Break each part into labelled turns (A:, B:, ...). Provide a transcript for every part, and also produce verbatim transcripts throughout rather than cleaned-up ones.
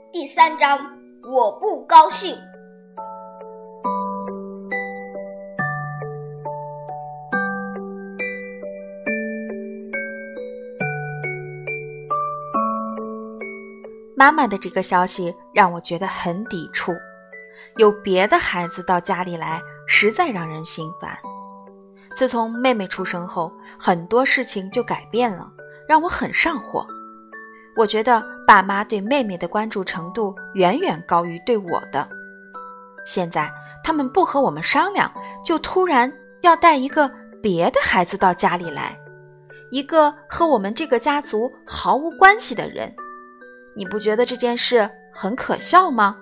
A: 第三章，我不高兴。
B: 妈妈的这个消息让我觉得很抵触，有别的孩子到家里来，实在让人心烦。自从妹妹出生后，很多事情就改变了，让我很上火。我觉得爸妈对妹妹的关注程度远远高于对我的。现在他们不和我们商量，就突然要带一个别的孩子到家里来，一个和我们这个家族毫无关系的人。你不觉得这件事很可笑吗？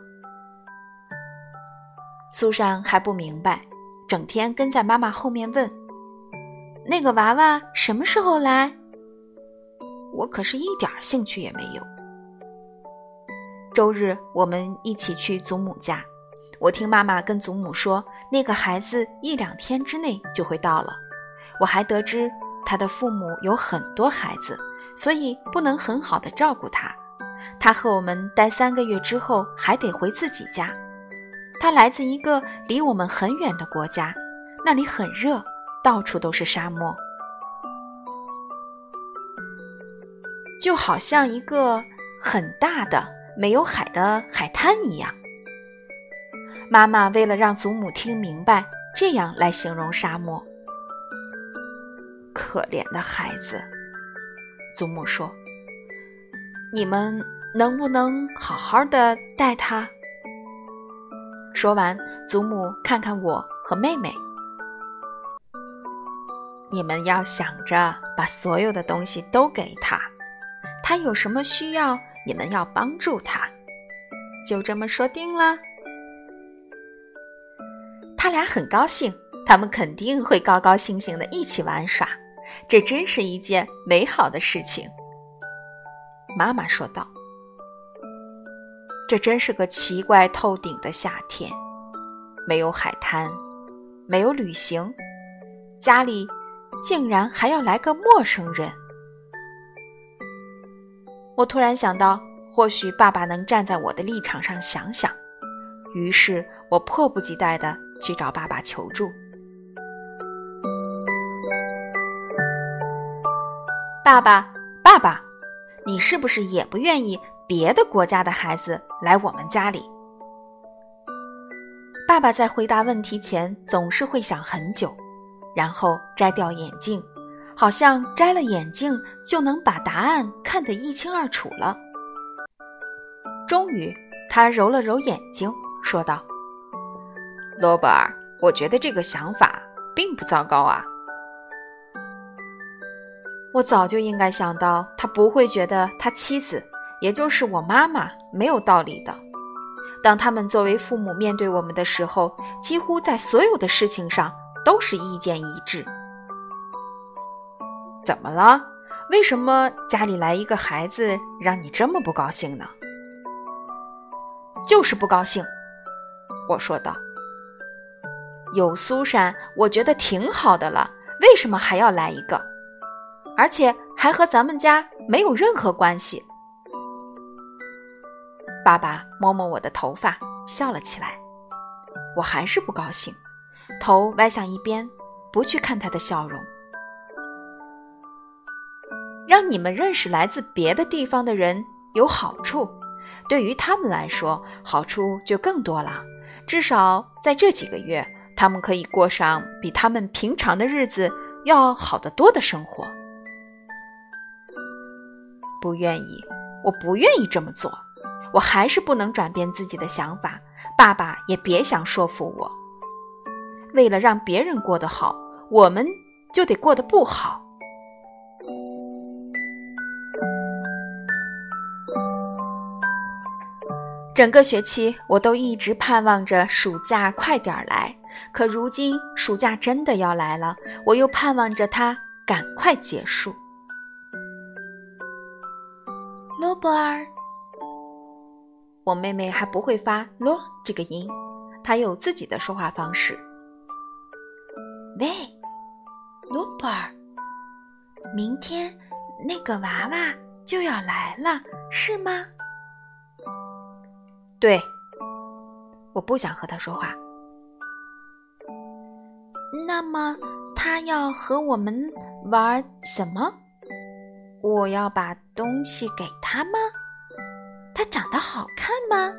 B: 苏珊还不明白，整天跟在妈妈后面问，那个娃娃什么时候来？我可是一点兴趣也没有。周日我们一起去祖母家，我听妈妈跟祖母说，那个孩子一两天之内就会到了。我还得知他的父母有很多孩子，所以不能很好的照顾他。他和我们待三个月之后还得回自己家。他来自一个离我们很远的国家，那里很热，到处都是沙漠，就好像一个很大的没有海的海滩一样。妈妈为了让祖母听明白，这样来形容沙漠。可怜的孩子，祖母说，你们能不能好好的带他？说完，祖母看看我和妹妹，你们要想着把所有的东西都给他，他有什么需要，你们要帮助他，就这么说定了。他俩很高兴，他们肯定会高高兴兴的一起玩耍，这真是一件美好的事情。妈妈说道，这真是个奇怪透顶的夏天，没有海滩，没有旅行，家里竟然还要来个陌生人。我突然想到，或许爸爸能站在我的立场上想想，于是我迫不及待地去找爸爸求助。爸爸，爸爸，你是不是也不愿意别的国家的孩子来我们家里？爸爸在回答问题前总是会想很久，然后摘掉眼镜，好像摘了眼镜就能把答案看得一清二楚了。终于他揉了揉眼睛，说道，罗伯尔，我觉得这个想法并不糟糕啊。我早就应该想到他不会觉得他妻子，也就是我妈妈，没有道理的。当他们作为父母面对我们的时候，几乎在所有的事情上都是意见一致。怎么了？为什么家里来一个孩子让你这么不高兴呢？就是不高兴，我说道。有苏珊，我觉得挺好的了，为什么还要来一个？而且还和咱们家没有任何关系。爸爸摸摸我的头发，笑了起来。我还是不高兴，头歪向一边，不去看他的笑容。让你们认识来自别的地方的人有好处，对于他们来说，好处就更多了。至少在这几个月，他们可以过上比他们平常的日子要好得多的生活。不愿意，我不愿意这么做，我还是不能转变自己的想法，爸爸也别想说服我。为了让别人过得好，我们就得过得不好。整个学期我都一直盼望着暑假快点来，可如今暑假真的要来了，我又盼望着它赶快结束。罗伯尔，我妹妹还不会发罗这个音，她有自己的说话方式。喂，罗伯尔，明天那个娃娃就要来了，是吗？ 对，我不想和他说话。那么他要和我们玩什么？我要把东西给他吗？他长得好看吗？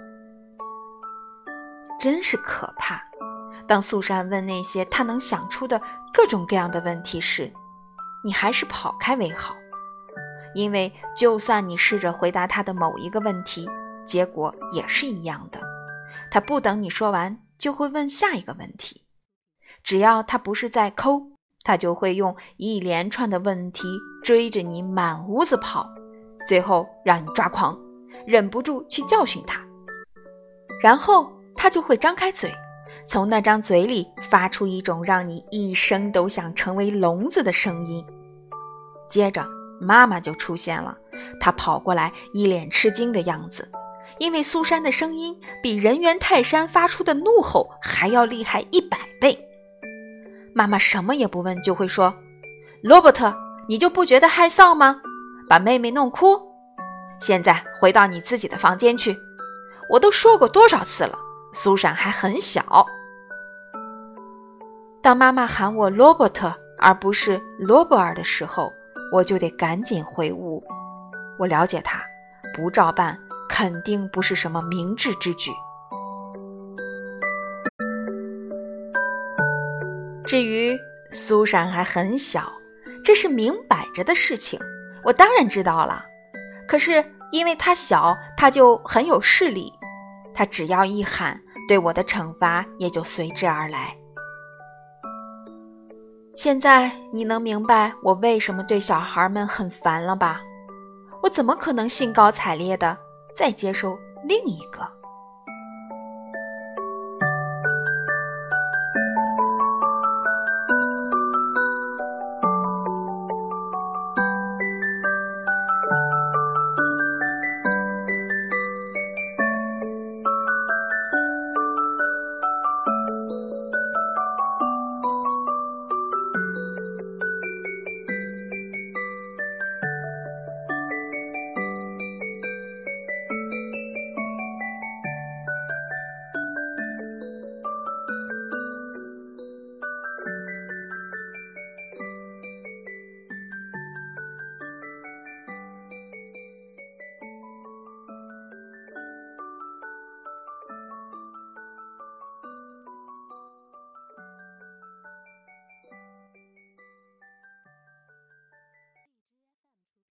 B: 真是可怕。当苏珊问那些他能想出的各种各样的问题时，你还是跑开为好。因为就算你试着回答他的某一个问题，结果也是一样的。他不等你说完，就会问下一个问题。只要他不是在抠，他就会用一连串的问题追着你满屋子跑，最后让你抓狂，忍不住去教训他。然后他就会张开嘴，从那张嘴里发出一种让你一生都想成为聋子的声音。接着妈妈就出现了，她跑过来一脸吃惊的样子，因为苏珊的声音比人猿泰山发出的怒吼还要厉害一百倍。妈妈什么也不问就会说，罗伯特，你就不觉得害臊吗？把妹妹弄哭？现在回到你自己的房间去。我都说过多少次了，苏珊还很小。当妈妈喊我罗伯特而不是罗伯尔的时候，我就得赶紧回屋。我了解她，不照办肯定不是什么明智之举。至于苏珊还很小，这是明摆着的事情，我当然知道了。可是因为她小，她就很有势力，她只要一喊，对我的惩罚也就随之而来。现在你能明白我为什么对小孩们很烦了吧？我怎么可能兴高采烈地再接受另一个？